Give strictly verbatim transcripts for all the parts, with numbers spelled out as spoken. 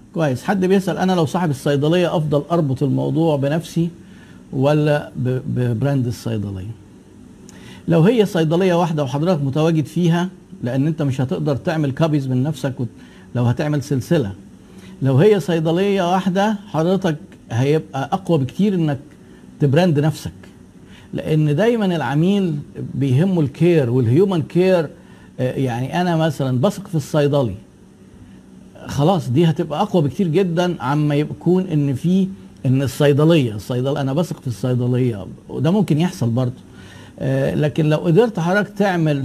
كويس. حد بيسأل انا لو صاحب الصيدلية افضل اربط الموضوع بنفسي ولا ببراند الصيدلية؟ لو هي صيدلية واحدة وحضرتك متواجد فيها، لان انت مش هتقدر تعمل كابيز من نفسك لو هتعمل سلسلة. لو هي صيدلية واحدة حضرتك هيبقى اقوى بكتير انك تبراند نفسك، لان دايما العميل بيهمه الكير والهيومن كير. يعني انا مثلا بثق في الصيدلي، خلاص دي هتبقى اقوى بكتير جدا عما يكون ان في ان الصيدليه الصيدله انا بثق في الصيدليه، وده ممكن يحصل برضه. آه لكن لو قدرت حضرتك تعمل،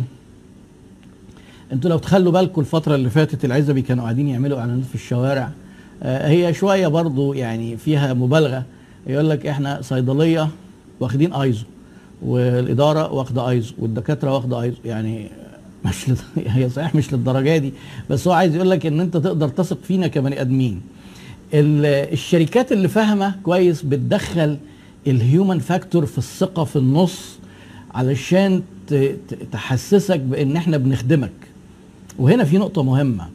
انتوا لو تخلوا بالكم الفتره اللي فاتت العزبي كانوا قاعدين يعملوا اعلانات في الشوارع، آه هي شويه برضه يعني فيها مبالغه. يقول لك احنا صيدليه واخدين ايزو، والاداره واخده ايزو، والدكاتره واخده ايزو. يعني مش لد... هي صحيح مش للدرجه دي، بس هو عايز يقول لك ان انت تقدر تثق فينا كبني ادمين. الشركات اللي فاهمه كويس بتدخل الهيومن فاكتور في الثقه في النص علشان تحسسك بان احنا بنخدمك. وهنا في نقطه مهمه،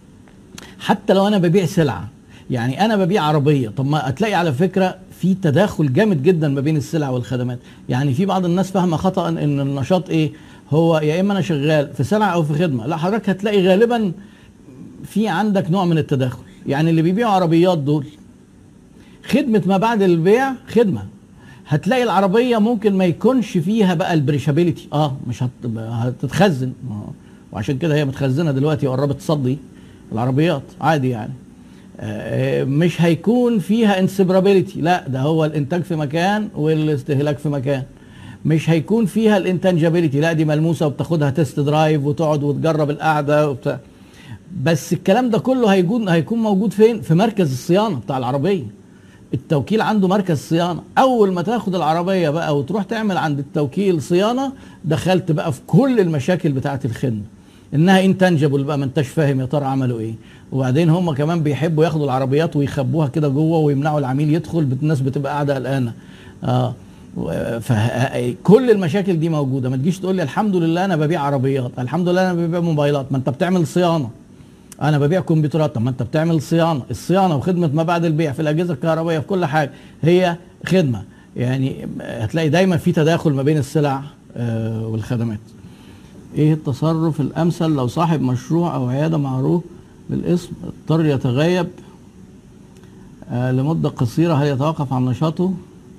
حتى لو انا ببيع سلعه، يعني انا ببيع عربيه، طب ما هتلاقي على فكره في تداخل جامد جدا ما بين السلع والخدمات. يعني في بعض الناس فاهمه خطا ان النشاط ايه، هو يا اما انا شغال في سلعه او في خدمه. لا، حضرتك هتلاقي غالبا في عندك نوع من التداخل. يعني اللي بيبيعوا عربيات دول خدمه ما بعد البيع خدمه، هتلاقي العربيه ممكن ما يكونش فيها بقى البريشابيليتي، اه مش هت... هتتخزن، وعشان كده هي متخزنه دلوقتي وقربت تصدي العربيات عادي يعني. آه مش هيكون فيها انسبرابيليتي، لا ده هو الانتاج في مكان والاستهلاك في مكان. مش هيكون فيها الانتنجابيليتي، لا دي ملموسه وبتاخدها تيست درايف وتقعد وتجرب القعده وبتاع. بس الكلام ده كله هيكون هيكون موجود فين؟ في مركز الصيانه بتاع العربيه. التوكيل عنده مركز صيانه، اول ما تاخد العربيه بقى وتروح تعمل عند التوكيل صيانه، دخلت بقى في كل المشاكل بتاعه الخدمه، انها انتنجبل بقى، ما انتش فاهم يا ترى عملوا ايه. وبعدين هم كمان بيحبوا ياخدوا العربيات ويخبوها كده جوه ويمنعوا العميل يدخل، الناس بتبقى قاعده قلقانه. اه فكل المشاكل دي موجوده. ما تجيش تقول لي الحمد لله انا ببيع عربيات، الحمد لله انا ببيع موبايلات، ما انت بتعمل صيانه. انا ببيع كمبيوترات، طب ما انت بتعمل صيانه. الصيانه وخدمه ما بعد البيع في الاجهزه الكهربائيه في كل حاجه هي خدمه. يعني هتلاقي دايما في تداخل ما بين السلع والخدمات. ايه التصرف الامثل لو صاحب مشروع او عياده معروف بالاسم اضطر يتغيب لمده قصيره، هل يتوقف عن نشاطه؟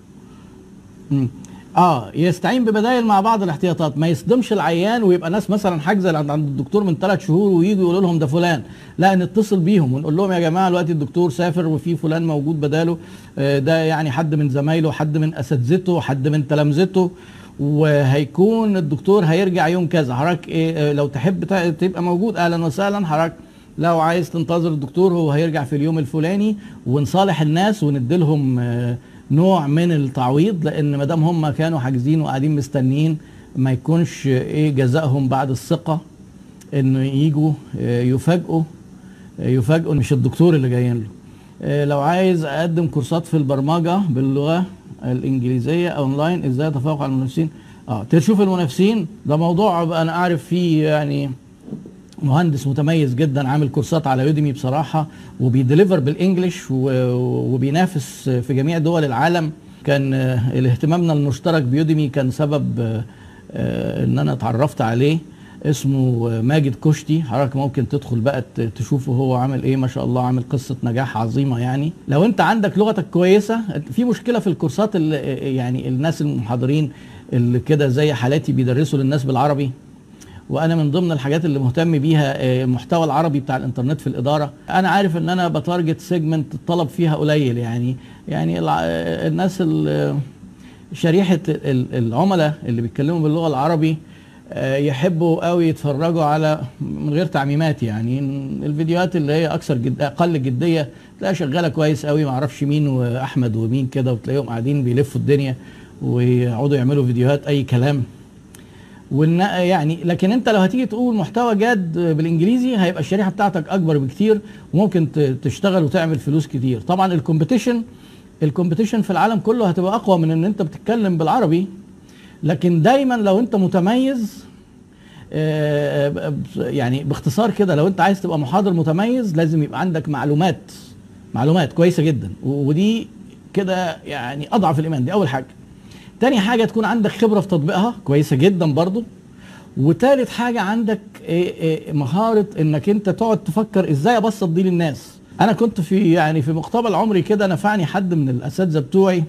مم. اه يستعين ببدائل مع بعض الاحتياطات، ما يصدمش العيان ويبقى ناس مثلا حاجزه عند الدكتور من ثلاث شهور ويجوا يقولوا لهم ده فلان. لا، نتصل بيهم ونقول لهم يا جماعه دلوقتي الدكتور سافر وفي فلان موجود بداله، آه ده يعني حد من زمايله، حد من اساتذته، حد من تلامذته، وهيكون الدكتور هيرجع يوم كذا. حضرتك إيه لو تحب تبقى موجود اهلا وسهلا. حضرتك لو عايز تنتظر الدكتور هو هيرجع في اليوم الفلاني، ونصالح الناس ونديلهم آه نوع من التعويض، لان ما دام هم كانوا حاجزين وقاعدين مستنيين ما يكونش ايه جزائهم بعد الثقه انه يجوا يفاجئوا يفاجئوا مش الدكتور اللي جايين له. لو عايز اقدم كورسات في البرمجه باللغه الانجليزيه اونلاين، ازاي اتفوق على المنافسين؟ اه تشوف المنافسين، ده موضوع انا اعرف فيه يعني مهندس متميز جدا عامل كورسات على يوديمي بصراحه، وبيدليفر بالانجلش وبينافس في جميع دول العالم. كان الاهتمامنا المشترك بيوديمي كان سبب ان انا اتعرفت عليه. اسمه ماجد كشتي، حضرتك ممكن تدخل بقى تشوفه هو عامل ايه، ما شاء الله عامل قصه نجاح عظيمه. يعني لو انت عندك لغتك كويسه، في مشكله في الكورسات اللي يعني الناس المحاضرين اللي كده زي حالاتي بيدرسوا للناس بالعربي، وانا من ضمن الحاجات اللي مهتم بيها المحتوى العربي بتاع الانترنت في الاداره. انا عارف ان انا بتارجت سيجمنت الطلب فيها قليل، يعني يعني الناس شريحه العملاء اللي بيتكلموا باللغه العربي يحبوا قوي يتفرجوا على، من غير تعميمات يعني، الفيديوهات اللي هي اكثر جد اقل جديه تلاقيها شغاله كويس قوي، ما اعرفش مين واحمد ومين كده، وتلاقيهم قاعدين بيلفوا الدنيا ويقعدوا يعملوا فيديوهات اي كلام. يعني لكن انت لو هتيجي تقول محتوى جاد بالانجليزي هيبقى الشريحه بتاعتك اكبر بكتير، وممكن تشتغل وتعمل فلوس كتير. طبعا الكومبيتيشن الكومبيتيشن في العالم كله هتبقى اقوى من ان انت بتتكلم بالعربي، لكن دايما لو انت متميز، يعني باختصار كده، لو انت عايز تبقى محاضر متميز لازم يبقى عندك معلومات معلومات كويسه جدا، ودي كده يعني اضعف الايمان. دي اول حاجه. تاني حاجه تكون عندك خبره في تطبيقها كويسه جدا برضو. وتالت حاجه عندك إيه إيه مهاره انك انت تقعد تفكر ازاي ابسط دي للناس. انا كنت في يعني في مقتبل عمري كده نفعني حد من الاساتذه بتوعي،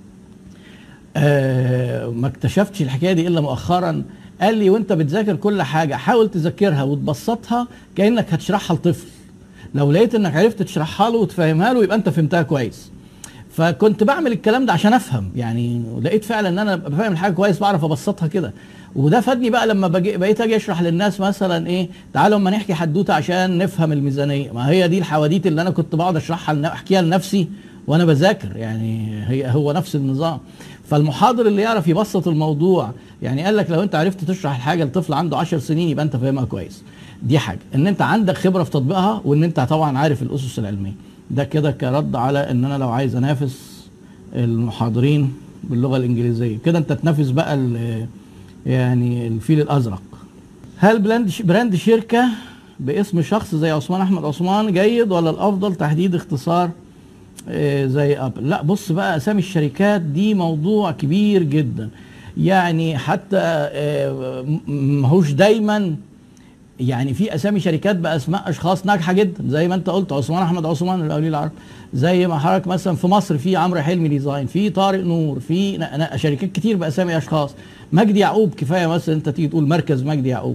آه ما اكتشفتش الحكايه دي الا مؤخرا. قال لي وانت بتذاكر كل حاجه حاول تذاكرها وتبسطها كانك هتشرحها لطفل. لو لقيت انك عرفت تشرحها له وتفهمها له يبقى انت فهمتها كويس. فكنت بعمل الكلام ده عشان افهم يعني، لقيت فعلا ان انا بفهم الحاجه كويس بعرف ابسطها كده. وده فادني بقى لما بجي بقيت اجي اشرح للناس مثلا ايه، تعالوا اما نحكي حدوته عشان نفهم الميزانيه. ما هي دي الحواديت اللي انا كنت بقعد اشرحها احكيها لنفسي وانا بذاكر، يعني هي هو نفس النظام. فالمحاضر اللي يعرف يبسط الموضوع، يعني قال لك لو انت عرفت تشرح الحاجه لطفل عنده عشر سنين يبقى انت فاهمها كويس. دي حاجه، ان انت عندك خبره في تطبيقها، وان انت طبعا عارف الاسس العلميه. ده كده كرد على ان انا لو عايز انافس المحاضرين باللغه الانجليزيه، كده انت تنافس بقى يعني الفيل الازرق. هل براند براند شركه باسم شخص زي عثمان احمد عثمان جيد، ولا الافضل تحديد اختصار زي ابل؟ لا بص بقى، اسامي الشركات دي موضوع كبير جدا، يعني حتى ماهوش دايما، يعني في اسامي شركات باسماء اشخاص ناجحه جدا زي ما انت قلت عثمان احمد عثمان الاولي العرب، زي ما حضرتك مثلا في مصر في عمرو حلمي ديزاين، في طارق نور، في شركات كتير باسامي اشخاص. مجدي يعقوب كفايه مثلا انت تيجي تقول مركز مجدي يعقوب.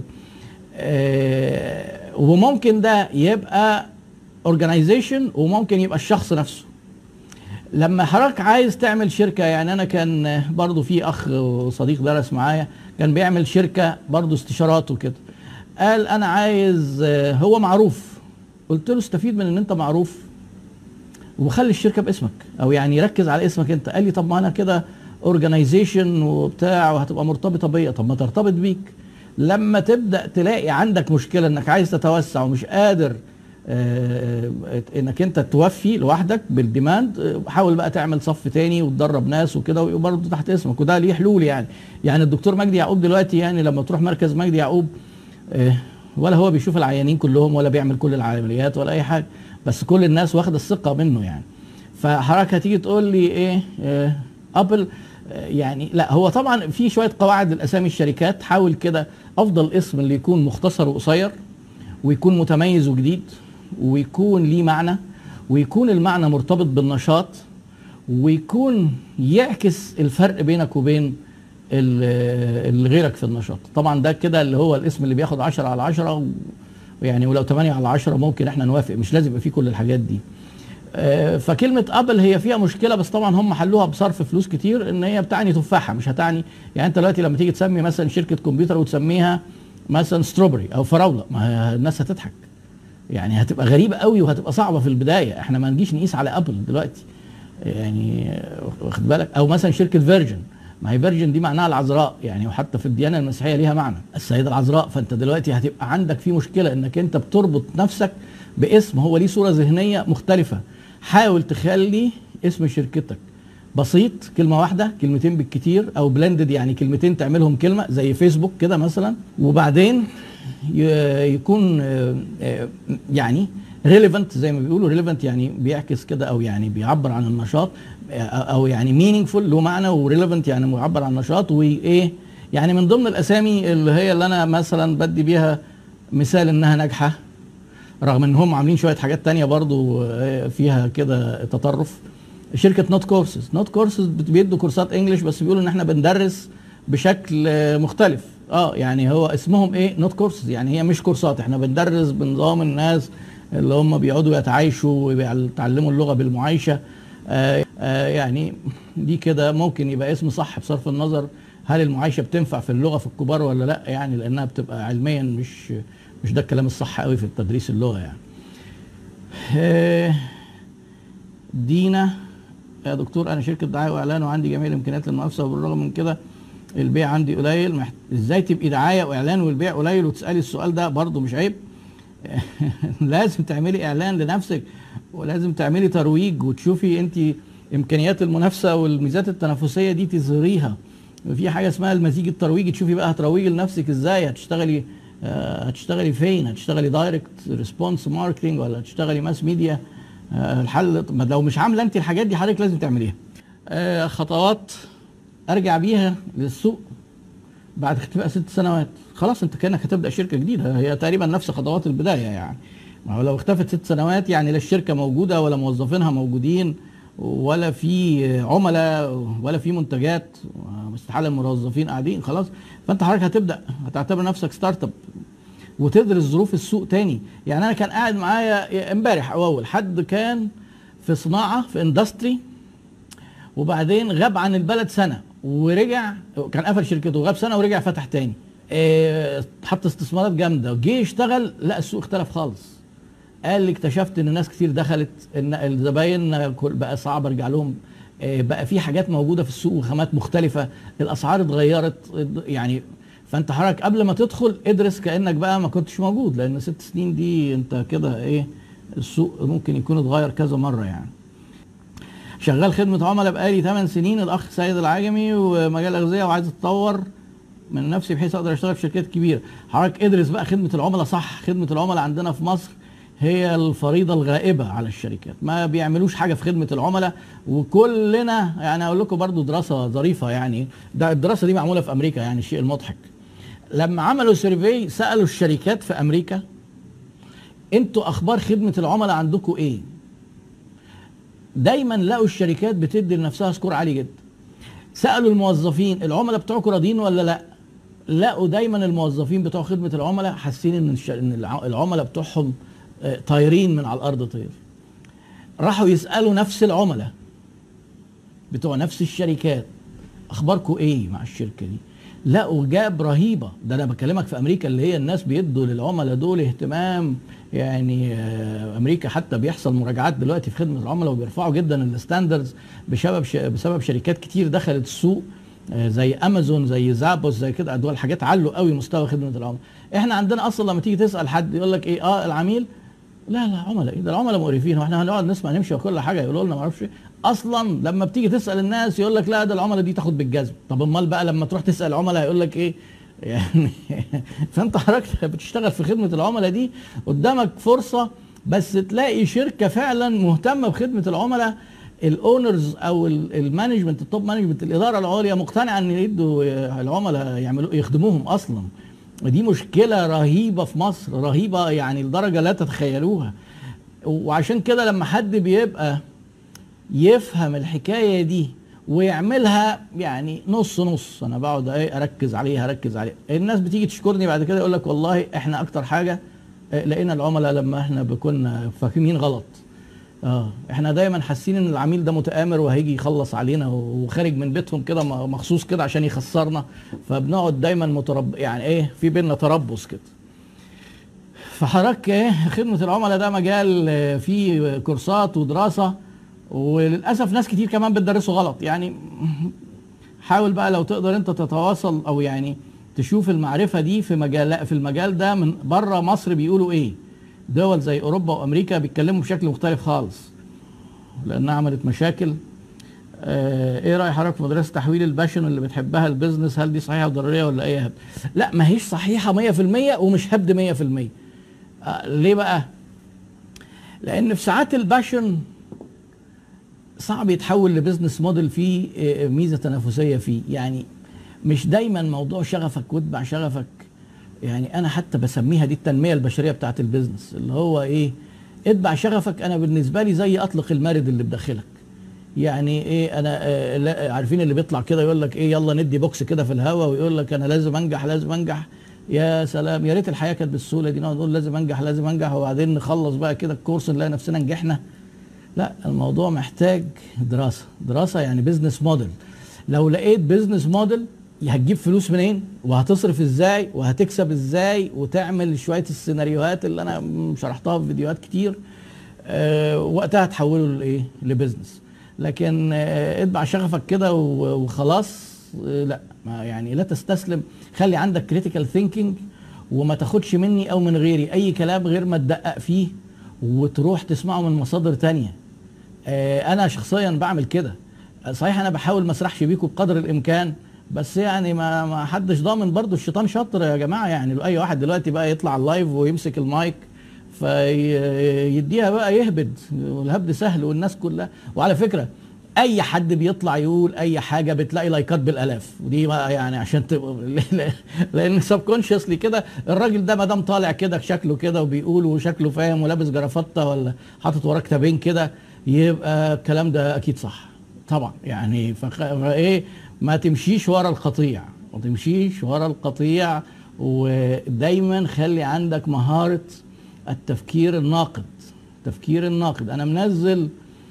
آه وممكن ده يبقى اورجانيزيشن وممكن يبقى الشخص نفسه. لما حضرتك عايز تعمل شركه، يعني انا كان برضو في اخ وصديق درس معايا كان بيعمل شركه برضو استشارات وكده، قال انا عايز، هو معروف، قلت له استفيد من ان انت معروف وخلي الشركه باسمك، او يعني ركز على اسمك انت. قال لي طب ما انا كده اورجانيزيشن وبتاع وهتبقى مرتبطه بيا. طب ما ترتبط بيك لما تبدا تلاقي عندك مشكله انك عايز تتوسع ومش قادر آه انك انت توفي لوحدك بالديماند، حاول بقى تعمل صف تاني وتدرب ناس وكده وبرضه تحت اسمك، وده ليه حلول يعني. يعني الدكتور مجدي يعقوب دلوقتي يعني لما تروح مركز مجدي يعقوب آه ولا هو بيشوف العيانين كلهم ولا بيعمل كل العمليات ولا اي حاجه، بس كل الناس واخده الثقه منه يعني. فحضرتك هتيجي تقول لي ايه آه ابل، آه يعني لا، هو طبعا في شويه قواعد للاسامي الشركات. حاول كده افضل اسم اللي يكون مختصر وقصير ويكون متميز وجديد ويكون ليه معنى ويكون المعنى مرتبط بالنشاط ويكون يعكس الفرق بينك وبين اللي غيرك في النشاط. طبعا ده كده اللي هو الاسم اللي بياخد عشرة على عشرة، يعني ولو تمانية على عشرة ممكن احنا نوافق، مش لازم يبقى فيه كل الحاجات دي. فكلمة ابل هي فيها مشكلة، بس طبعا هم حلوها بصرف فلوس كتير، ان هي بتعني تفاحة مش هتعني، يعني انت دلوقتي لما تيجي تسمي مثلا شركة كمبيوتر وتسميها مثلا ستروبري او فراولة، ما الناس هتضحك، يعني هتبقى غريبة قوي وهتبقى صعبة في البداية. احنا ما نجيش نقيس على ابل دلوقتي، يعني واخد بالك. او مثلا شركة فيرجن، ما هي فيرجن دي معناها العذراء يعني، وحتى في الديانه المسيحيه ليها معنى السيده العذراء. فانت دلوقتي هتبقى عندك في مشكله انك انت بتربط نفسك باسم هو ليه صوره ذهنيه مختلفه. حاول تخلي اسم شركتك بسيط، كلمه واحده كلمتين بالكتير، او بلندد يعني كلمتين تعملهم كلمه زي فيسبوك كده مثلا، وبعدين يكون يعني ريليفنت زي ما بيقولوا. ريليفنت يعني بيعكس كده او يعني بيعبر عن النشاط، او يعني مينينجفول له معنى، وريليفنت يعني معبر عن النشاط. وايه يعني من ضمن الاسامي اللي هي اللي انا مثلا بدي بيها مثال انها ناجحه، رغم ان هم عاملين شويه حاجات تانية برضو فيها كده تطرف، شركه نوت كورسز. نوت كورسز بيدوا كورسات انجلش، بس بيقولوا ان احنا بندرس بشكل مختلف. اه يعني هو اسمهم ايه نوت كورسز، يعني هي مش كورسات، احنا بندرس بنظام الناس اللي هم بيقعدوا يتعايشوا ويتعلموا اللغه بالمعايشه. آه آه يعني دي كده ممكن يبقى اسم صح بصرف النظر هل المعايشه بتنفع في اللغه في الكبار ولا لا، يعني لانها بتبقى علميا مش مش ده الكلام الصح قوي في تدريس اللغه يعني. آه دينا، يا دكتور انا شركه دعايه واعلان وعندي جميع الامكانيات للمنافسه، وبالرغم من كده البيع عندي قليل. محت... ازاي تبقي دعايه واعلان والبيع قليل وتسالي السؤال ده؟ برضه مش عيب؟ لازم تعملي اعلان لنفسك، ولازم تعملي ترويج، وتشوفي انت امكانيات المنافسه والميزات التنافسيه دي تظهريها. في حاجه اسمها المزيج الترويجي، تشوفي بقى هتروجي لنفسك ازاي، هتشتغلي آه هتشتغلي فين، هتشتغلي دايركت ريسبونس ماركتنج ولا هتشتغلي ماس ميديا. آه، الحل ما لو مش عامله انت الحاجات دي حضرتك لازم تعمليها. آه، خطوات ارجع بيها للسوق بعد اختفاء ست سنوات. خلاص انت كانك هتبدا شركه جديده، هي تقريبا نفس خطوات البدايه يعني. ما هو لو اختفت ست سنوات يعني لا الشركه موجوده ولا موظفينها موجودين ولا في عملاء ولا في منتجات، استحاله الموظفين قاعدين خلاص. فانت حضرتك هتبدا هتعتبر نفسك ستارت اب وتدرس ظروف السوق تاني. يعني انا كان قاعد معايا امبارح او اول حد كان في صناعه في اندستري، وبعدين غاب عن البلد سنه ورجع، كان قفل شركته وغاب سنه ورجع فتح تاني. اه حط استثمارات جامده وجه يشتغل، لا السوق اختلف خالص. قال لي اكتشفت ان ناس كتير دخلت، ان الزباين بقى صعب ارجع لهم، اه بقى في حاجات موجوده في السوق وخامات مختلفه، الاسعار اتغيرت يعني. فانت حضرتك قبل ما تدخل ادرس كانك بقى ما كنتش موجود، لان ست سنين دي انت كده ايه، السوق ممكن يكون اتغير كذا مره يعني. شغال خدمه عملاء بقالي ثمان سنين، الاخ سيد العجمي، ومجال الاغذيه، وعايز اتطور من نفسي بحيث اقدر اشتغل في شركات كبيره. حضرتك ادرس بقى خدمه العملاء صح. خدمه العملاء عندنا في مصر هي الفريضه الغائبه على الشركات، ما بيعملوش حاجه في خدمه العملاء. وكلنا يعني اقول لكم برضو دراسه ظريفه يعني، ده الدراسه دي معموله في امريكا يعني الشيء المضحك. لما عملوا سيرفي سالوا الشركات في امريكا انتوا اخبار خدمه العملاء عندكم ايه؟ دايما لقوا الشركات بتدي لنفسها سكور عالي جدا. سالوا الموظفين العملاء بتوعكم راضيين ولا لا؟ لقوا دايما الموظفين بتوع خدمه العملاء حاسين ان ان العملاء بتوعهم طايرين من على الارض طير. راحوا يسالوا نفس العملاء بتوع نفس الشركات اخباركم ايه مع الشركه دي؟ لقوا جاب رهيبه. ده انا بكلمك في امريكا اللي هي الناس بيدوا للعملاء دول اهتمام يعني. امريكا حتى بيحصل مراجعات دلوقتي في خدمه العملاء وبيرفعوا جدا الستاندردز بسبب بسبب شركات كتير دخلت السوق زي امازون زي زابوس زي كده، دول حاجات علوا قوي مستوى خدمه العملاء. احنا عندنا اصلا لما تيجي تسال حد يقول لك ايه، اه العميل، لا لا عملاء ايه ده، العملاء مقرفين، واحنا هنقعد نسمع نمشي وكل حاجه يقولوا لنا ما اعرفش ايه. اصلا لما بتيجي تسال الناس يقول لك لا ده العملاء دي تاخد بالجزم. طب امال بقى لما تروح تسال عملاء هيقول لك ايه يعني؟ فانت حضرتك بتشتغل في خدمه العملاء دي قدامك فرصه، بس تلاقي شركه فعلا مهتمه بخدمه العملاء، الاونرز او المانجمنت التوب مانجمنت الاداره العليا مقتنعه ان يدوا العملاء يعملوا يخدموهم اصلا. ودي مشكله رهيبه في مصر، رهيبه يعني لدرجه لا تتخيلوها. وعشان كده لما حد بيبقى يفهم الحكايه دي ويعملها يعني نص نص، انا بقعد ايه اركز عليها اركز عليها، الناس بتيجي تشكرني بعد كده يقول لك والله احنا اكتر حاجه لقينا العملاء لما احنا كنا فاهمين غلط. اه احنا دايما حاسين ان العميل ده متآمر وهيجي يخلص علينا وخارج من بيتهم كده مخصوص كده عشان يخسرنا، فبنقعد دايما مترب يعني ايه في بيننا تربص كده. فحضرتك ايه خدمه العملاء ده مجال فيه كورسات ودراسه، وللاسف ناس كتير كمان بتدرسه غلط يعني. حاول بقى لو تقدر انت تتواصل او يعني تشوف المعرفه دي في مجال في المجال ده من بره مصر بيقولوا ايه. دول زي اوروبا وامريكا بيتكلموا بشكل مختلف خالص لانها عملت مشاكل. اه ايه راي حضرتك في مدرسه تحويل الباشن اللي بتحبها البيزنس؟ هل دي صحيحه وضروريه ولا ايه هبد؟ لا ما هيش صحيحه مية في المية ومش هبد مية في المية. اه ليه بقى؟ لان في ساعات الباشن صعب يتحول لبزنس موديل فيه ميزه تنافسيه فيه، يعني مش دايما موضوع شغفك واتبع شغفك. يعني انا حتى بسميها دي التنميه البشريه بتاعت البيزنس، اللي هو ايه، اتبع شغفك. انا بالنسبه لي زي اطلق المارد اللي بداخلك. يعني ايه، انا آه لا عارفين اللي بيطلع كده يقول لك ايه، يلا ندي بوكس كده في الهواء ويقول لك انا لازم انجح لازم انجح. يا سلام، يا ريت الحياه كانت بالسهوله دي، نقعد نقول لازم انجح لازم انجح وبعدين نخلص بقى كده الكورس نلاقي نفسنا نجحنا. لا، الموضوع محتاج دراسه، دراسه يعني بيزنس موديل. لو لقيت بيزنس موديل هتجيب فلوس منين وهتصرف ازاي وهتكسب ازاي وتعمل شويه السيناريوهات اللي انا شرحتها في فيديوهات كتير، أه وقتها تحوله لايه، لبزنس. لكن أه اتبع شغفك كده وخلاص، أه لا ما يعني لا تستسلم. خلي عندك كريتيكال ثينكينج وما تاخدش مني او من غيري اي كلام غير ما تدقق فيه وتروح تسمعه من مصادر تانية. أه انا شخصيا بعمل كده. صحيح انا بحاول ما اسرحش بيكم بقدر الامكان، بس يعني ما ما حدش ضامن برضو، الشيطان شاطر يا جماعه. يعني اي واحد دلوقتي بقى يطلع اللايف ويمسك المايك فيديها بقى يهبد، والهبد سهل والناس كلها. وعلى فكره اي حد بيطلع يقول اي حاجه بتلاقي لايكات بالالاف، ودي بقى يعني عشان تبقى لان سبكونشسلي كده الراجل ده ما دام طالع كده شكله كده وبيقول وشكله فاهم ولابس جرافطه ولا حاطط وراه كتابين كده، يبقى الكلام ده اكيد صح طبعا. يعني فايه، ما تمشيش ورا القطيع، ما تمشيش ورا القطيع، ودايما خلي عندك مهاره التفكير الناقد. التفكير الناقد. انا منزل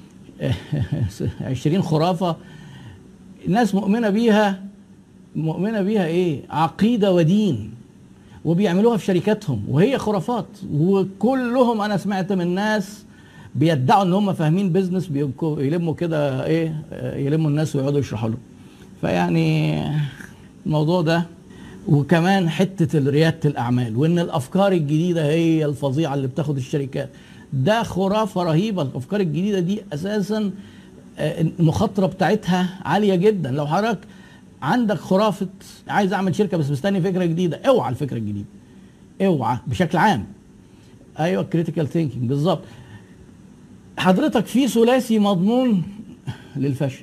عشرين خرافة الناس مؤمنة بيها، مؤمنة بيها ايه؟ عقيدة ودين، وبيعملوها في شركاتهم وهي خرافات. وكلهم انا سمعت من ناس بيدعوا ان هم فاهمين بيزنس، يلموا كده ايه، يلموا الناس ويقعدوا يشرحوا لهم. فيعني الموضوع ده، وكمان حتة ريادة الاعمال، وان الافكار الجديدة هي الفظيعة اللي بتاخد الشركات، ده خرافه رهيبه. الافكار الجديده دي اساسا المخاطره بتاعتها عاليه جدا. لو حضرتك عندك خرافه عايز اعمل شركه بس مستني فكره جديده، اوعى الفكره الجديده، اوعى بشكل عام. ايوه كريتيكال ثينكينج بالظبط. حضرتك في ثلاثي مضمون للفشل.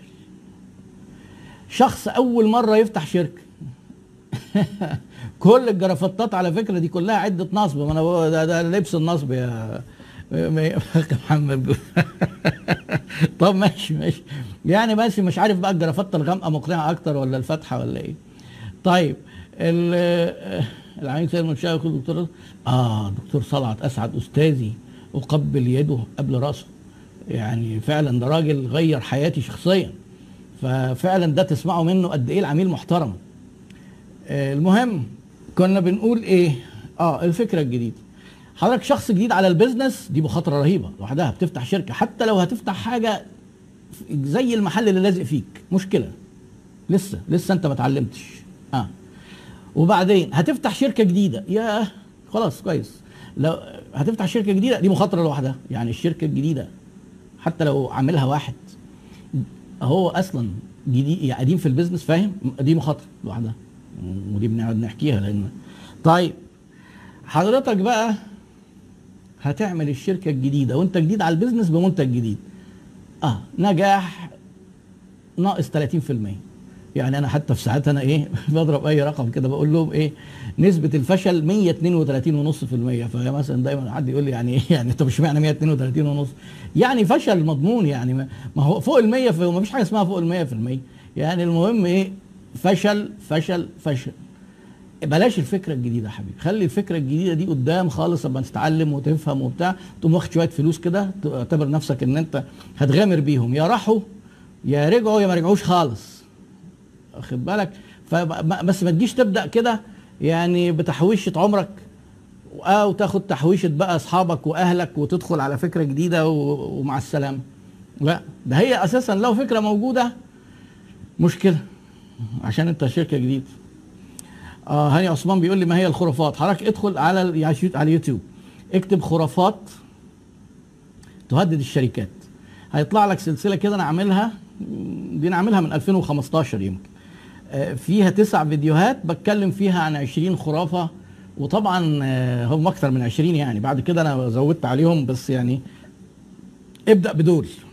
شخص اول مره يفتح شركه كل الجرافطات على فكره دي كلها عده نصب، ما انا ده, ده لبس النصب يا محمد. طب ماشي ماشي يعني، ماشي مش عارف بقى الجرافطه الغامقه مقنعه اكتر ولا الفاتحه ولا ايه. طيب العميد سيد منشاه يقول دكتور اه دكتور صلعت اسعد استاذي اقبل يده قبل راسه. يعني فعلا ده راجل غير حياتي شخصيا، ففعلا ده تسمعوا منه قد ايه العميل محترم. آه المهم كنا بنقول ايه؟ اه الفكره الجديده. حضرتك شخص جديد على البيزنس، دي مخاطره رهيبه لوحدها. بتفتح شركه، حتى لو هتفتح حاجه زي المحل اللي لازق فيك، مشكله لسه لسه انت ما اتعلمتش. اه وبعدين هتفتح شركه جديده، يا خلاص كويس. لو هتفتح شركه جديده دي مخاطره لوحدها. يعني الشركه الجديده حتى لو عاملها واحد هو اصلا جديد يعني قديم في البيزنس، فاهم؟ دي مخاطره لوحدها، ودي بنقعد نحكيها. لان طيب حضرتك بقى هتعمل الشركه الجديده وانت جديد على البيزنس بمنتج جديد، اه نجاح ناقص ثلاثين في المية. يعني انا حتى في ساعات انا ايه بضرب اي رقم كده بقول لهم ايه نسبه الفشل مية واتنين وتلاتين فاصلة خمسة في المية. فمثلا دايما حد يقول لي يعني ايه يعني طب اشمعنى مية واتنين وتلاتين فاصلة خمسة؟ يعني فشل مضمون. يعني ما هو فوق ال مية، ما فيش حاجه اسمها فوق ال مية في المية. يعني المهم ايه؟ فشل فشل فشل. بلاش الفكره الجديده يا حبيبي، خلي الفكره الجديده دي قدام خالص اما تتعلم وتفهم وبتاع، تقوم واخد شويه فلوس كده تعتبر نفسك ان انت هتغامر بيهم، يا راحوا يا رجعوا يا ما رجعوش خالص، واخد بالك؟ فبس ما تجيش تبدا كده يعني بتحويشه عمرك او تاخد تحويشه بقى اصحابك واهلك وتدخل على فكره جديده ومع السلامه. لا، ده هي اساسا لو فكره موجوده مشكله عشان انت شركه جديده. آه هاني عثمان بيقول لي ما هي الخرافات؟ حضرتك ادخل على على اليوتيوب اكتب خرافات تهدد الشركات، هيطلع لك سلسله كده انا عاملها، دي انا عاملها من ألفين وخمستاشر يمكن، آه فيها تسع فيديوهات بتكلم فيها عن عشرين خرافه. وطبعا آه هم اكثر من عشرين يعني، بعد كده انا زودت عليهم، بس يعني ابدا بدول.